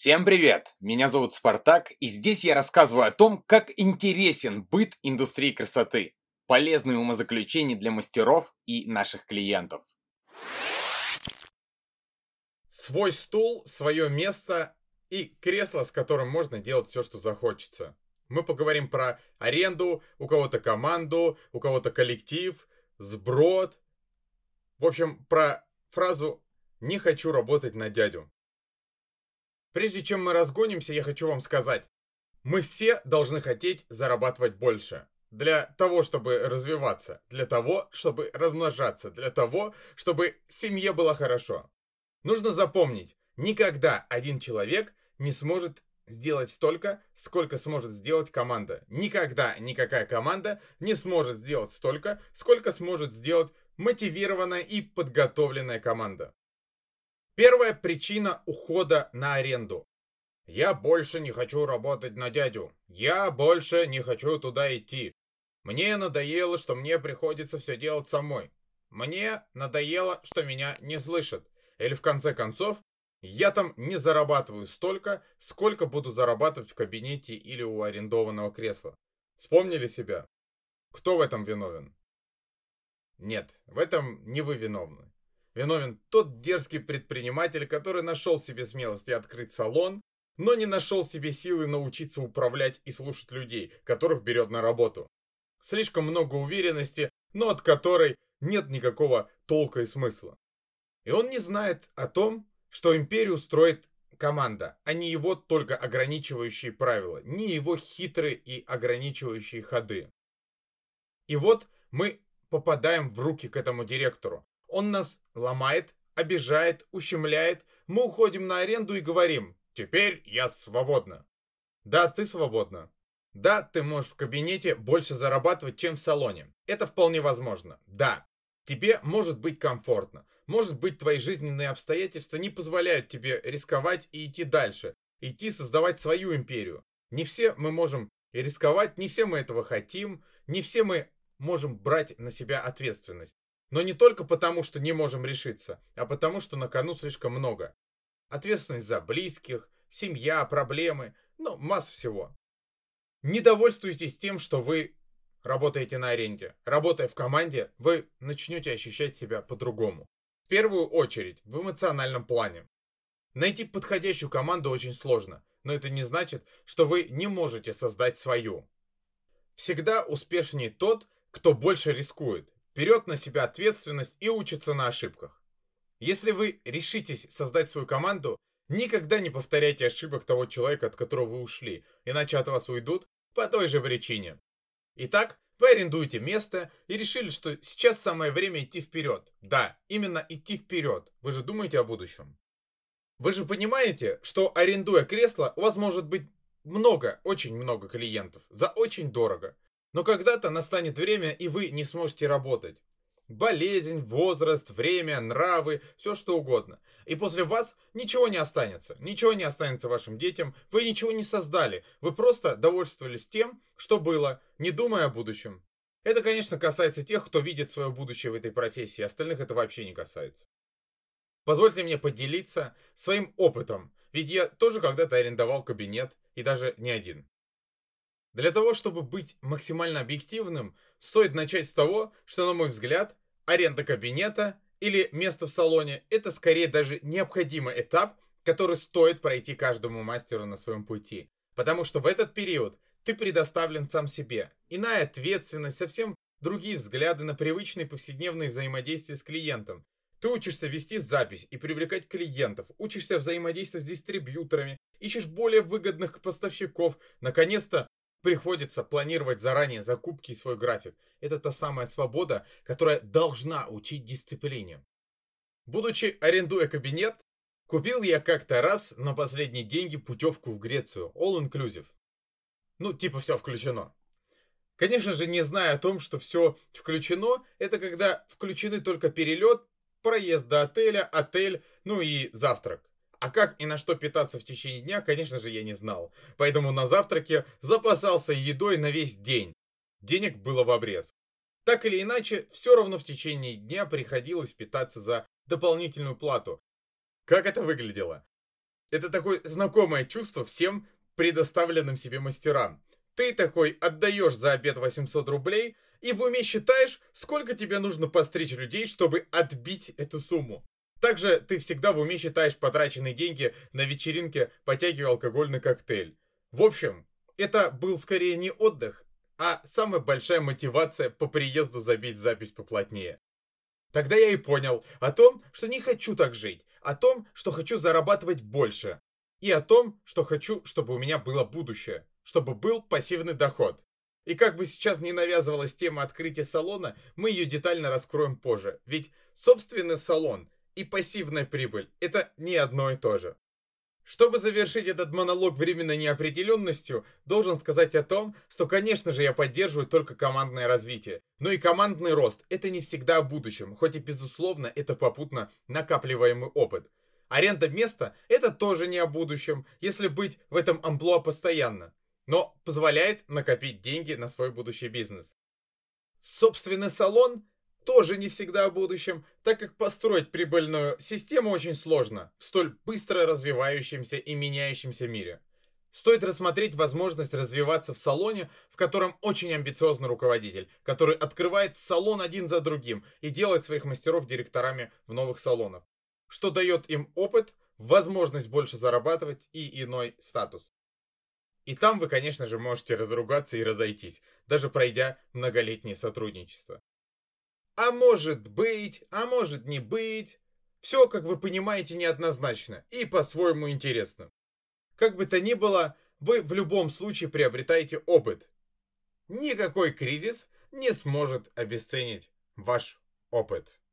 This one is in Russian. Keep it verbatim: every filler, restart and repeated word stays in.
Всем привет! Меня зовут Спартак, и здесь я рассказываю о том, как интересен быт индустрии красоты. Полезные умозаключения для мастеров и наших клиентов. Свой стул, свое место и кресло, с которым можно делать все, что захочется. Мы поговорим про аренду, у кого-то команду, у кого-то коллектив, сброд. В общем, про фразу «не хочу работать на дядю». Прежде чем мы разгонимся, я хочу вам сказать, мы все должны хотеть зарабатывать больше. Для того, чтобы развиваться, для того, чтобы размножаться, для того, чтобы семье было хорошо. Нужно запомнить, никогда один человек не сможет сделать столько, сколько сможет сделать команда. Никогда никакая команда не сможет сделать столько, сколько сможет сделать мотивированная и подготовленная команда. Первая причина ухода на аренду. Я больше не хочу работать на дядю. Я больше не хочу туда идти. Мне надоело, что мне приходится все делать самой. Мне надоело, что меня не слышат. Или в конце концов, я там не зарабатываю столько, сколько буду зарабатывать в кабинете или у арендованного кресла. Вспомнили себя? Кто в этом виновен? Нет, в этом не вы виновны. Виновен тот дерзкий предприниматель, который нашел себе смелости открыть салон, но не нашел себе силы научиться управлять и слушать людей, которых берет на работу. Слишком много уверенности, но от которой нет никакого толка и смысла. И он не знает о том, что империю строит команда, а не его только ограничивающие правила, не его хитрые и ограничивающие ходы. И вот мы попадаем в руки к этому директору. Он нас ломает, обижает, ущемляет. Мы уходим на аренду и говорим: «Теперь я свободна». Да, ты свободна. Да, ты можешь в кабинете больше зарабатывать, чем в салоне. Это вполне возможно. Да, тебе может быть комфортно. Может быть, твои жизненные обстоятельства не позволяют тебе рисковать и идти дальше. Идти создавать свою империю. Не все мы можем рисковать, не все мы этого хотим, не все мы можем брать на себя ответственность. Но не только потому, что не можем решиться, а потому, что на кону слишком много. Ответственность за близких, семья, проблемы, ну, масса всего. Не довольствуйтесь тем, что вы работаете на аренде. Работая в команде, вы начнете ощущать себя по-другому. В первую очередь, в эмоциональном плане. Найти подходящую команду очень сложно, но это не значит, что вы не можете создать свою. Всегда успешнее тот, кто больше рискует, берет на себя ответственность и учится на ошибках. Если вы решитесь создать свою команду, никогда не повторяйте ошибок того человека, от которого вы ушли, иначе от вас уйдут по той же причине. Итак, вы арендуете место и решили, что сейчас самое время идти вперед. Да, именно идти вперед. Вы же думаете о будущем. Вы же понимаете, что арендуя кресло, у вас может быть много, очень много клиентов за очень дорого. Но когда-то настанет время, и вы не сможете работать. Болезнь, возраст, время, нравы, все что угодно. И после вас ничего не останется. Ничего не останется вашим детям. Вы ничего не создали. Вы просто довольствовались тем, что было, не думая о будущем. Это, конечно, касается тех, кто видит свое будущее в этой профессии. Остальных это вообще не касается. Позвольте мне поделиться своим опытом. Ведь я тоже когда-то арендовал кабинет. И даже не один. Для того, чтобы быть максимально объективным, стоит начать с того, что, на мой взгляд, аренда кабинета или место в салоне – это скорее даже необходимый этап, который стоит пройти каждому мастеру на своем пути. Потому что в этот период ты предоставлен сам себе. Иная ответственность, совсем другие взгляды на привычные повседневные взаимодействия с клиентом. Ты учишься вести запись и привлекать клиентов, учишься взаимодействовать с дистрибьюторами, ищешь более выгодных поставщиков, наконец-то приходится планировать заранее закупки и свой график. Это та самая свобода, которая должна учить дисциплине. Будучи арендуя кабинет, купил я как-то раз на последние деньги путевку в Грецию, all inclusive. Ну, типа все включено. Конечно же, не зная о том, что все включено, это когда включены только перелет, проезд до отеля, отель, ну и завтрак. А как и на что питаться в течение дня, конечно же, я не знал. Поэтому на завтраке запасался едой на весь день. Денег было в обрез. Так или иначе, все равно в течение дня приходилось питаться за дополнительную плату. Как это выглядело? Это такое знакомое чувство всем предоставленным себе мастерам. Ты такой отдаешь за обед восемьсот рублей и в уме считаешь, сколько тебе нужно постричь людей, чтобы отбить эту сумму. Также ты всегда в уме считаешь потраченные деньги на вечеринке, потягивая алкогольный коктейль. В общем, это был скорее не отдых, а самая большая мотивация по приезду забить запись поплотнее. Тогда я и понял о том, что не хочу так жить, о том, что хочу зарабатывать больше, и о том, что хочу, чтобы у меня было будущее, чтобы был пассивный доход. И как бы сейчас не навязывалась тема открытия салона, мы ее детально раскроем позже, ведь собственный салон и пассивная прибыль – это не одно и то же. Чтобы завершить этот монолог временной неопределенностью, должен сказать о том, что, конечно же, я поддерживаю только командное развитие. Но и командный рост – это не всегда о будущем, хоть и, безусловно, это попутно накапливаемый опыт. Аренда места – это тоже не о будущем, если быть в этом амплуа постоянно, но позволяет накопить деньги на свой будущий бизнес. Собственный салон – тоже не всегда о будущем, так как построить прибыльную систему очень сложно в столь быстро развивающемся и меняющемся мире. Стоит рассмотреть возможность развиваться в салоне, в котором очень амбициозный руководитель, который открывает салон один за другим и делает своих мастеров директорами в новых салонах, что дает им опыт, возможность больше зарабатывать и иной статус. И там вы, конечно же, можете разругаться и разойтись, даже пройдя многолетнее сотрудничество. А может быть, а может не быть. Все, как вы понимаете, неоднозначно и по-своему интересно. Как бы то ни было, вы в любом случае приобретаете опыт. Никакой кризис не сможет обесценить ваш опыт.